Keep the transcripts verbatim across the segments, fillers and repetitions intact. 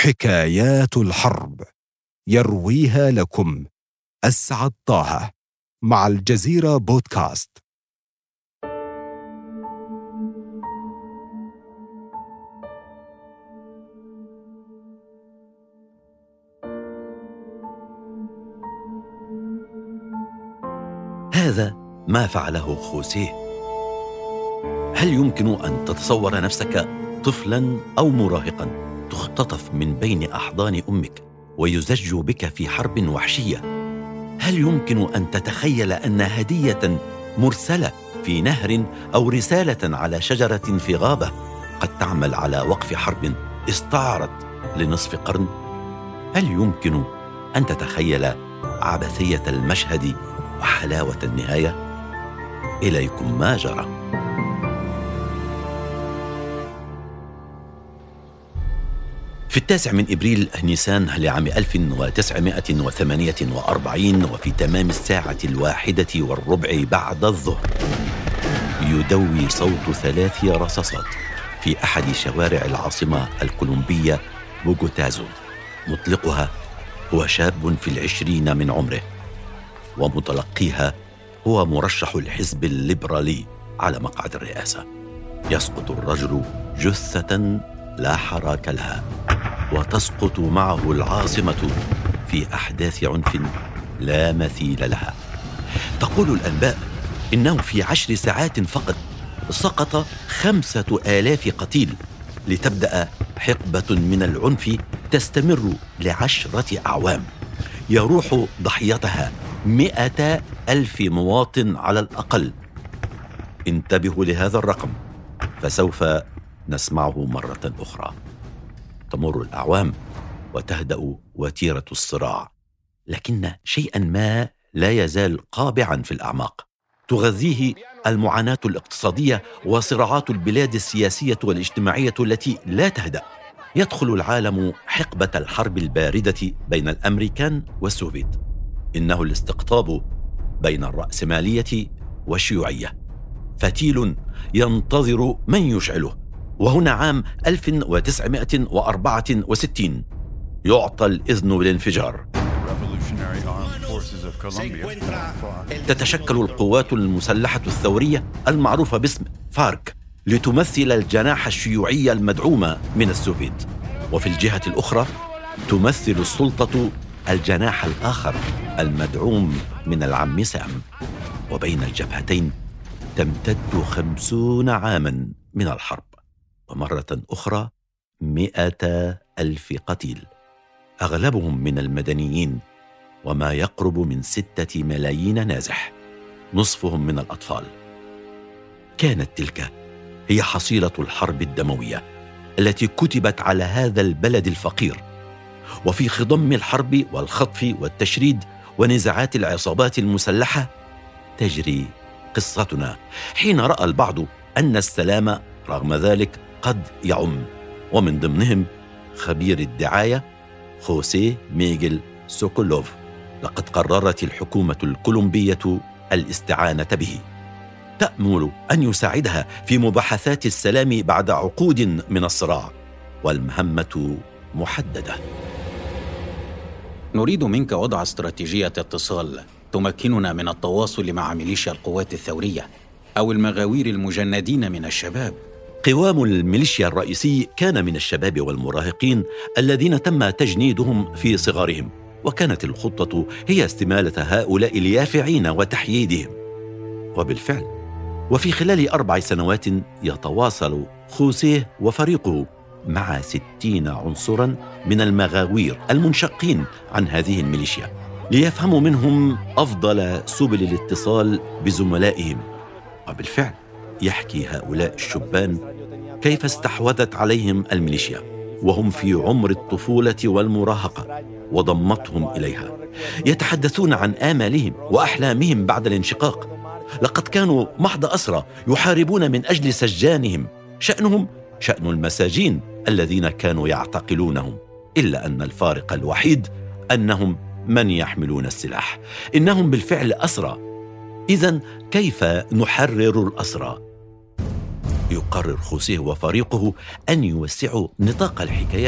حكايات الحرب، يرويها لكم أسعد طه مع الجزيرة بودكاست. هذا ما فعله خوسيه. هل يمكن أن تتصور نفسك طفلاً أو مراهقاً تختطف من بين أحضان أمك ويزج بك في حرب وحشية؟ هل يمكن أن تتخيل أن هدية مرسلة في نهر أو رسالة على شجرة في غابة قد تعمل على وقف حرب استعرت لنصف قرن؟ هل يمكن أن تتخيل عبثية المشهد وحلاوة النهاية؟ إليكم ما جرى. في التاسع من إبريل نيسان لعام ألف وتسعمائة وثمانية وأربعين، وفي تمام الساعة الواحدة والربع بعد الظهر، يدوي صوت ثلاث رصاصات في أحد شوارع العاصمة الكولومبية بوغوتازو. مطلقها هو شاب في العشرين من عمره، ومتلقيها هو مرشح الحزب الليبرالي على مقعد الرئاسة. يسقط الرجل جثة لا حراك لها، وتسقط معه العاصمة في أحداث عنف لا مثيل لها. تقول الأنباء إنه في عشر ساعات فقط سقط خمسة آلاف قتيل، لتبدأ حقبة من العنف تستمر لعشرة أعوام يروح ضحيتها مئة ألف مواطن على الأقل. انتبهوا لهذا الرقم، فسوف نسمعه مرة أخرى. تمر الأعوام وتهدأ وتيرة الصراع، لكن شيئا ما لا يزال قابعا في الأعماق تغذيه المعاناة الاقتصادية وصراعات البلاد السياسية والاجتماعية التي لا تهدأ. يدخل العالم حقبة الحرب الباردة بين الأمريكان والسوفيت. إنه الاستقطاب بين الرأسمالية والشيوعية، فتيل ينتظر من يشعله. وهنا عام ألف وتسعمائة وأربعة وستين يعطى الإذن بالانفجار. تتشكل القوات المسلحة الثورية المعروفة باسم فارك لتمثل الجناح الشيوعي المدعوم من السوفيت، وفي الجهة الأخرى تمثل السلطة الجناح الآخر المدعوم من العم سام. وبين الجبهتين تمتد خمسون عاما من الحرب، ومرة أخرى مئة ألف قتيل، أغلبهم من المدنيين، وما يقرب من ستة ملايين نازح، نصفهم من الأطفال. كانت تلك هي حصيلة الحرب الدموية التي كتبت على هذا البلد الفقير. وفي خضم الحرب والخطف والتشريد ونزاعات العصابات المسلحة تجري قصتنا، حين رأى البعض أن السلام رغم ذلك قد يعم، ومن ضمنهم خبير الدعاية خوسيه ميغيل سوكولوف. لقد قررت الحكومة الكولومبية الاستعانة به، تأمل أن يساعدها في مباحثات السلام بعد عقود من الصراع، والمهمة محددة. نريد منك وضع استراتيجية اتصال تمكننا من التواصل مع ميليشيا القوات الثورية أو المغاوير المجندين من الشباب. قوام الميليشيا الرئيسي كان من الشباب والمراهقين الذين تم تجنيدهم في صغرهم، وكانت الخطة هي استمالة هؤلاء اليافعين وتحييدهم. وبالفعل، وفي خلال أربع سنوات يتواصل خوسيه وفريقه مع ستين عنصرا من المغاوير المنشقين عن هذه الميليشيا، ليفهموا منهم أفضل سبل الاتصال بزملائهم. وبالفعل يحكي هؤلاء الشبان كيف استحوذت عليهم الميليشيا وهم في عمر الطفولة والمراهقة وضمتهم إليها. يتحدثون عن آمالهم وأحلامهم بعد الانشقاق. لقد كانوا محض أسرى يحاربون من أجل سجانهم، شأنهم شأن المساجين الذين كانوا يعتقلونهم، إلا أن الفارق الوحيد أنهم من يحملون السلاح. إنهم بالفعل أسرى. إذن كيف نحرر الأسرى؟ يقرر خوسيه وفريقه أن يوسعوا نطاق الحكايات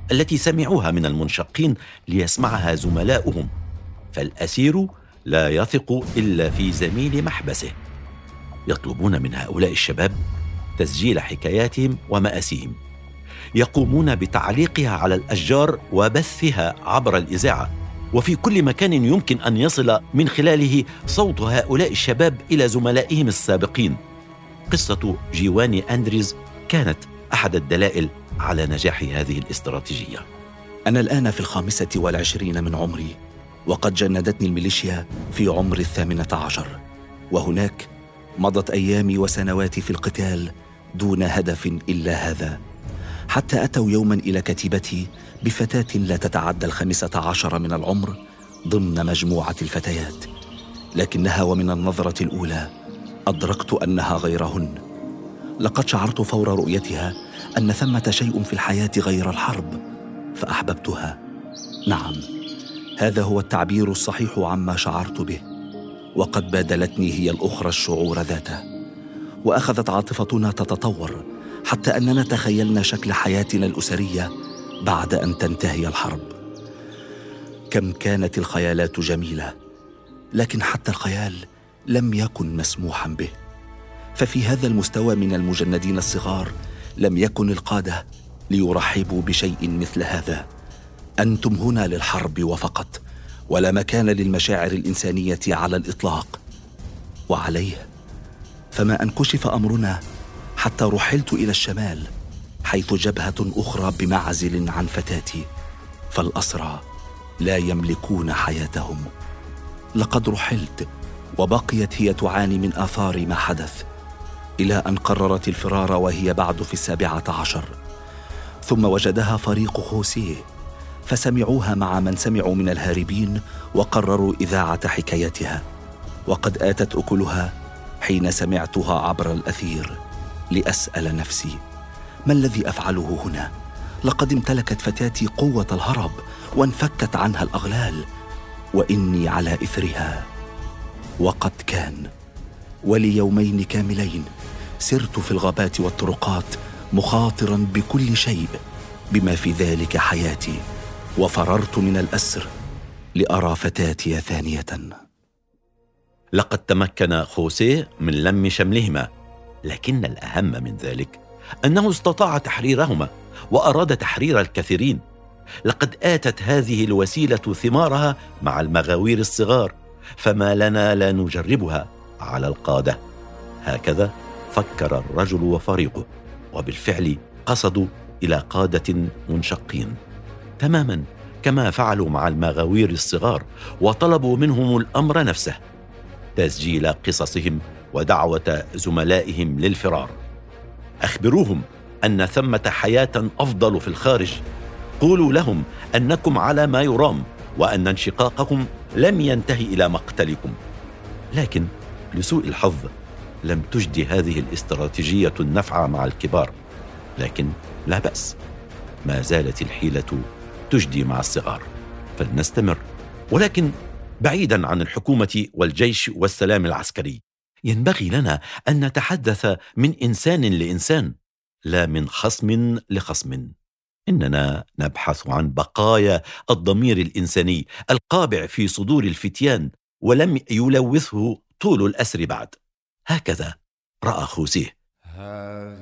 التي سمعوها من المنشقين ليسمعها زملاؤهم، فالأسير لا يثق إلا في زميل محبسه. يطلبون من هؤلاء الشباب تسجيل حكاياتهم ومآسيهم، يقومون بتعليقها على الأشجار وبثها عبر الإذاعة، وفي كل مكان يمكن أن يصل من خلاله صوت هؤلاء الشباب إلى زملائهم السابقين. قصة جيواني أندريز كانت أحد الدلائل على نجاح هذه الاستراتيجية. أنا الآن في الخامسة والعشرين من عمري، وقد جندتني الميليشيا في عمر الثامنة عشر، وهناك مضت أيامي وسنواتي في القتال دون هدف إلا هذا، حتى أتوا يوما إلى كتيبتي بفتاة لا تتعدى الخامسة عشر من العمر ضمن مجموعة الفتيات، لكنها ومن النظرة الأولى أدركت أنها غيرهن. لقد شعرت فور رؤيتها أن ثمة شيء في الحياة غير الحرب، فأحببتها. نعم، هذا هو التعبير الصحيح عما شعرت به، وقد بادلتني هي الأخرى الشعور ذاته، وأخذت عاطفتنا تتطور حتى أننا تخيلنا شكل حياتنا الأسرية بعد أن تنتهي الحرب. كم كانت الخيالات جميلة، لكن حتى الخيال لم يكن مسموحا به، ففي هذا المستوى من المجندين الصغار لم يكن القادة ليرحبوا بشيء مثل هذا. أنتم هنا للحرب وفقط، ولا مكان للمشاعر الإنسانية على الإطلاق. وعليه فما أن كشف أمرنا حتى رحلت إلى الشمال، حيث جبهة أخرى بمعزل عن فتاتي، فالأسرى لا يملكون حياتهم. لقد رحلت وبقيت هي تعاني من آثار ما حدث، إلى أن قررت الفرار وهي بعد في السابعة عشر. ثم وجدها فريق خوسيه، فسمعوها مع من سمعوا من الهاربين وقرروا إذاعة حكايتها. وقد آتت أكلها حين سمعتها عبر الأثير، لأسأل نفسي: ما الذي أفعله هنا؟ لقد امتلكت فتاتي قوة الهرب وانفكت عنها الأغلال، وإني على إثرها. وقد كان، وليومين كاملين سرت في الغابات والطرقات مخاطرا بكل شيء بما في ذلك حياتي، وفررت من الأسر لأرى فتاتي ثانية. لقد تمكن خوسيه من لم شملهما، لكن الأهم من ذلك أنه استطاع تحريرهما وأراد تحرير الكثيرين. لقد آتت هذه الوسيلة ثمارها مع المغاوير الصغار، فما لنا لا نجربها على القادة. هكذا فكر الرجل وفريقه، وبالفعل قصدوا إلى قادة منشقين تماما كما فعلوا مع المغاوير الصغار، وطلبوا منهم الأمر نفسه: تسجيل قصصهم ودعوة زملائهم للفرار. أخبروهم أن ثمة حياة أفضل في الخارج، قولوا لهم أنكم على ما يرام، وأن انشقاقكم لم ينتهي إلى مقتلكم. لكن لسوء الحظ لم تجدي هذه الاستراتيجية النفع مع الكبار، لكن لا بأس، ما زالت الحيلة تجدي مع الصغار، فلنستمر، ولكن بعيدا عن الحكومة والجيش والسلام العسكري. ينبغي لنا أن نتحدث من إنسان لإنسان، لا من خصم لخصم. إننا نبحث عن بقايا الضمير الإنساني القابع في صدور الفتيان، ولم يلوثه طول الأسر بعد. هكذا رأى خوسيه. Have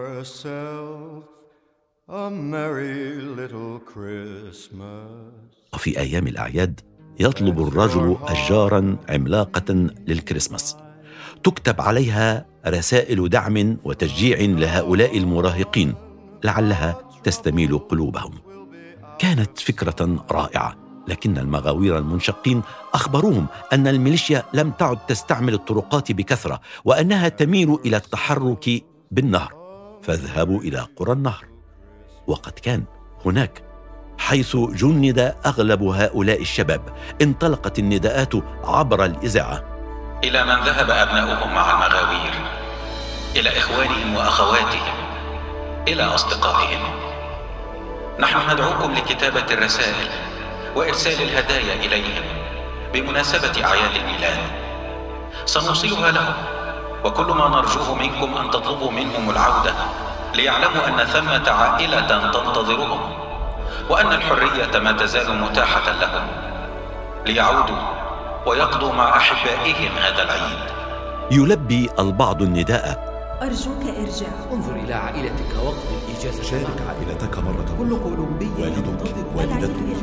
yourself a merry little Christmas. وفي أيام الأعياد يطلب الرجل أشجاراً عملاقة للكريسماس، تكتب عليها رسائل دعم وتشجيع لهؤلاء المراهقين لعلها تستميل قلوبهم. كانت فكرة رائعة، لكن المغاوير المنشقين أخبروهم أن الميليشيا لم تعد تستعمل الطرقات بكثرة، وأنها تميل إلى التحرك بالنهر، فاذهبوا إلى قرى النهر. وقد كان هناك، حيث جند أغلب هؤلاء الشباب، انطلقت النداءات عبر الإذاعة: إلى من ذهب أبناؤهم مع المغاوير، إلى إخوانهم وأخواتهم، إلى أصدقائهم، نحن ندعوكم لكتابة الرسائل وإرسال الهدايا إليهم بمناسبة أعياد الميلاد. سنوصلها لهم، وكل ما نرجوه منكم أن تطلبوا منهم العودة، ليعلموا أن ثمة عائلة تنتظرهم، وأن الحرية ما تزال متاحة لهم ليعودوا ويقضوا مع أحبائهم هذا العيد. يلبي البعض النداء: أرجوك ارجع، انظر إلى عائلتك وقت الإجازة، شارك عائلتك مرة، كل كولومبي والدك والدتك.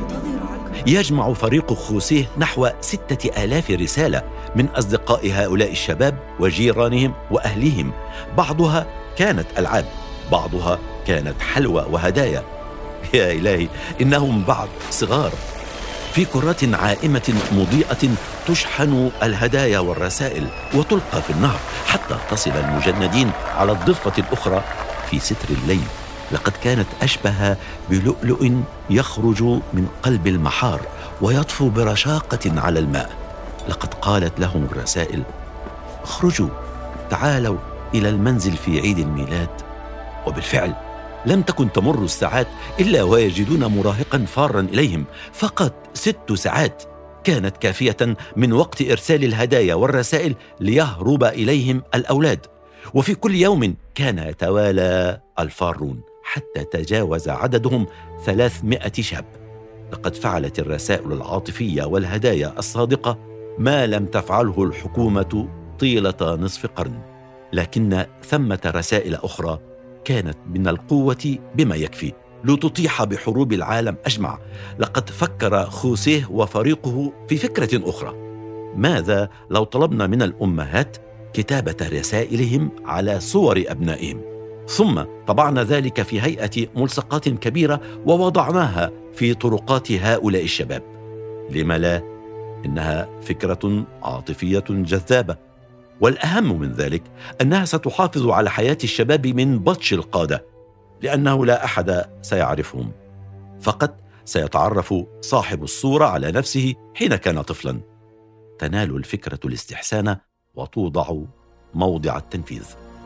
يجمع فريق خوسيه نحو ستة آلاف رسالة من أصدقاء هؤلاء الشباب وجيرانهم وأهليهم، بعضها كانت ألعاب، بعضها كانت حلوى وهدايا. يا إلهي، إنهم بعض صغار في كرات عائمة مضيئة تشحن الهدايا والرسائل وتلقى في النهر حتى تصل المجندين على الضفة الأخرى في ستر الليل. لقد كانت أشبه بلؤلؤ يخرج من قلب المحار ويطفو برشاقة على الماء. لقد قالت لهم الرسائل: اخرجوا، تعالوا إلى المنزل في عيد الميلاد. وبالفعل لم تكن تمر الساعات إلا ويجدون مراهقا فارا إليهم. فقط ست ساعات كانت كافية من وقت إرسال الهدايا والرسائل ليهرب إليهم الأولاد. وفي كل يوم كان يتوالى الفارون حتى تجاوز عددهم ثلاثمائة شاب. لقد فعلت الرسائل العاطفية والهدايا الصادقة ما لم تفعله الحكومة طيلة نصف قرن. لكن ثمة رسائل أخرى كانت من القوة بما يكفي لتطيح بحروب العالم أجمع. لقد فكر خوسيه وفريقه في فكرة أخرى: ماذا لو طلبنا من الأمهات كتابة رسائلهم على صور أبنائهم، ثم طبعنا ذلك في هيئة ملصقات كبيرة ووضعناها في طرقات هؤلاء الشباب؟ لما لا؟ إنها فكرة عاطفية جذابة، والأهم من ذلك أنها ستحافظ على حياة الشباب من بطش القادة، لأنه لا أحد سيعرفهم، فقط سيتعرف صاحب الصورة على نفسه حين كان طفلا. تنال الفكرة الاستحسان وتوضع موضع التنفيذ.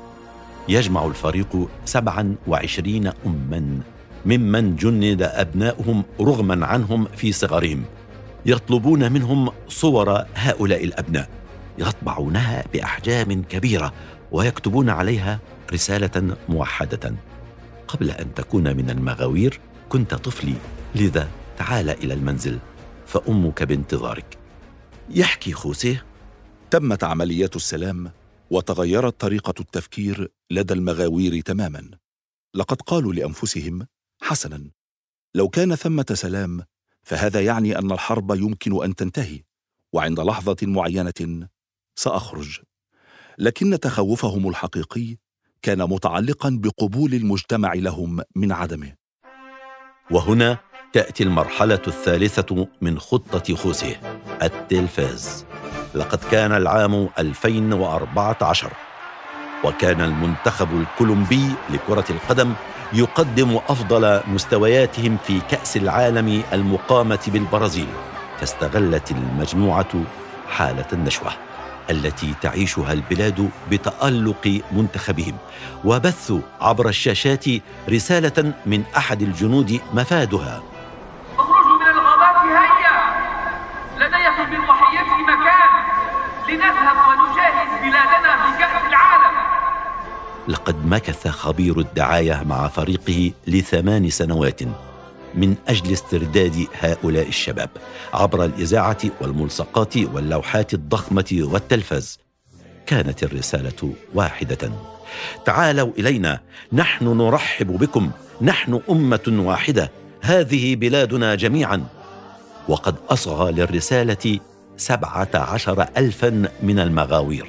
يجمع الفريق سبعا وعشرين أما ممن جند أبناؤهم رغما عنهم في صغرهم، يطلبون منهم صور هؤلاء الأبناء، يطبعونها بأحجام كبيرة ويكتبون عليها رسالة موحدة: قبل أن تكون من المغاوير كنت طفلي، لذا تعال إلى المنزل فأمك بانتظارك. يحكي خوسيه: تمت عمليات السلام وتغيرت طريقة التفكير لدى المغاوير تماما. لقد قالوا لأنفسهم: حسنا، لو كان ثمة سلام فهذا يعني أن الحرب يمكن أن تنتهي، وعند لحظة معينة سأخرج. لكن تخوفهم الحقيقي كان متعلقا بقبول المجتمع لهم من عدمه. وهنا تأتي المرحلة الثالثة من خطة خوسيه: التلفاز. لقد كان العام ألفين وأربعة عشر، وكان المنتخب الكولومبي لكرة القدم يقدم أفضل مستوياتهم في كأس العالم المقامة بالبرازيل. فاستغلت المجموعة حالة النشوة التي تعيشها البلاد بتألق منتخبهم، وبثوا عبر الشاشات رسالة من أحد الجنود مفادها: اخرجوا من الغابات، هيا، لدي في المروحية مكان لنذهب ونجاهز بلادنا في كأس العالم. لقد مكث خبير الدعاية مع فريقه لثمان سنوات من أجل استرداد هؤلاء الشباب عبر الإذاعة والملصقات واللوحات الضخمة والتلفاز. كانت الرسالة واحدة: تعالوا إلينا، نحن نرحب بكم، نحن أمة واحدة، هذه بلادنا جميعا. وقد أصغى للرسالة سبعة عشر ألفا من المغاوير.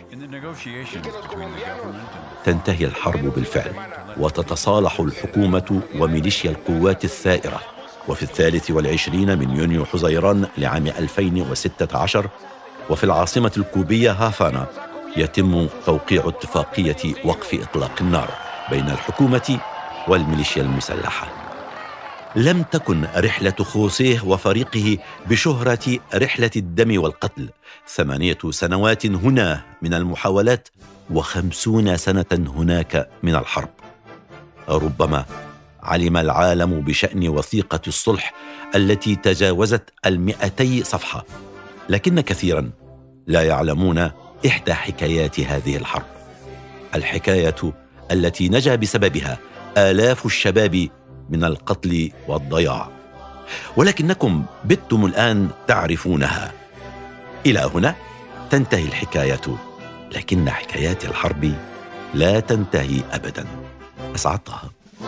تنتهي الحرب بالفعل، وتتصالح الحكومة وميليشيا القوات الثائرة. وفي الثالث والعشرين من يونيو حزيران لعام ألفين وستة عشر، وفي العاصمة الكوبية هافانا، يتم توقيع اتفاقية وقف إطلاق النار بين الحكومة والميليشيا المسلحة. لم تكن رحلة خوسيه وفريقه بشهرة رحلة الدم والقتل. ثمانية سنوات هنا من المحاولات، وخمسون سنة هناك من الحرب. ربما علم العالم بشأن وثيقة الصلح التي تجاوزت المئتي صفحة، لكن كثيرا لا يعلمون إحدى حكايات هذه الحرب، الحكاية التي نجا بسببها آلاف الشباب من القتل والضياع. ولكنكم بتم الآن تعرفونها. إلى هنا تنتهي الحكاية، لكن حكايات الحرب لا تنتهي أبدا. أسعد طه.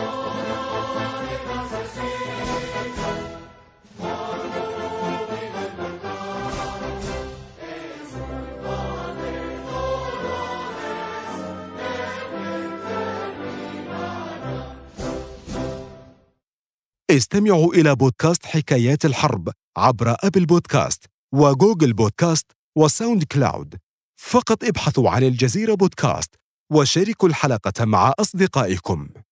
استمعوا إلى بودكاست حكايات الحرب عبر أبل بودكاست وجوجل بودكاست وساوند كلاود. فقط ابحثوا عن الجزيرة بودكاست وشاركوا الحلقة مع أصدقائكم.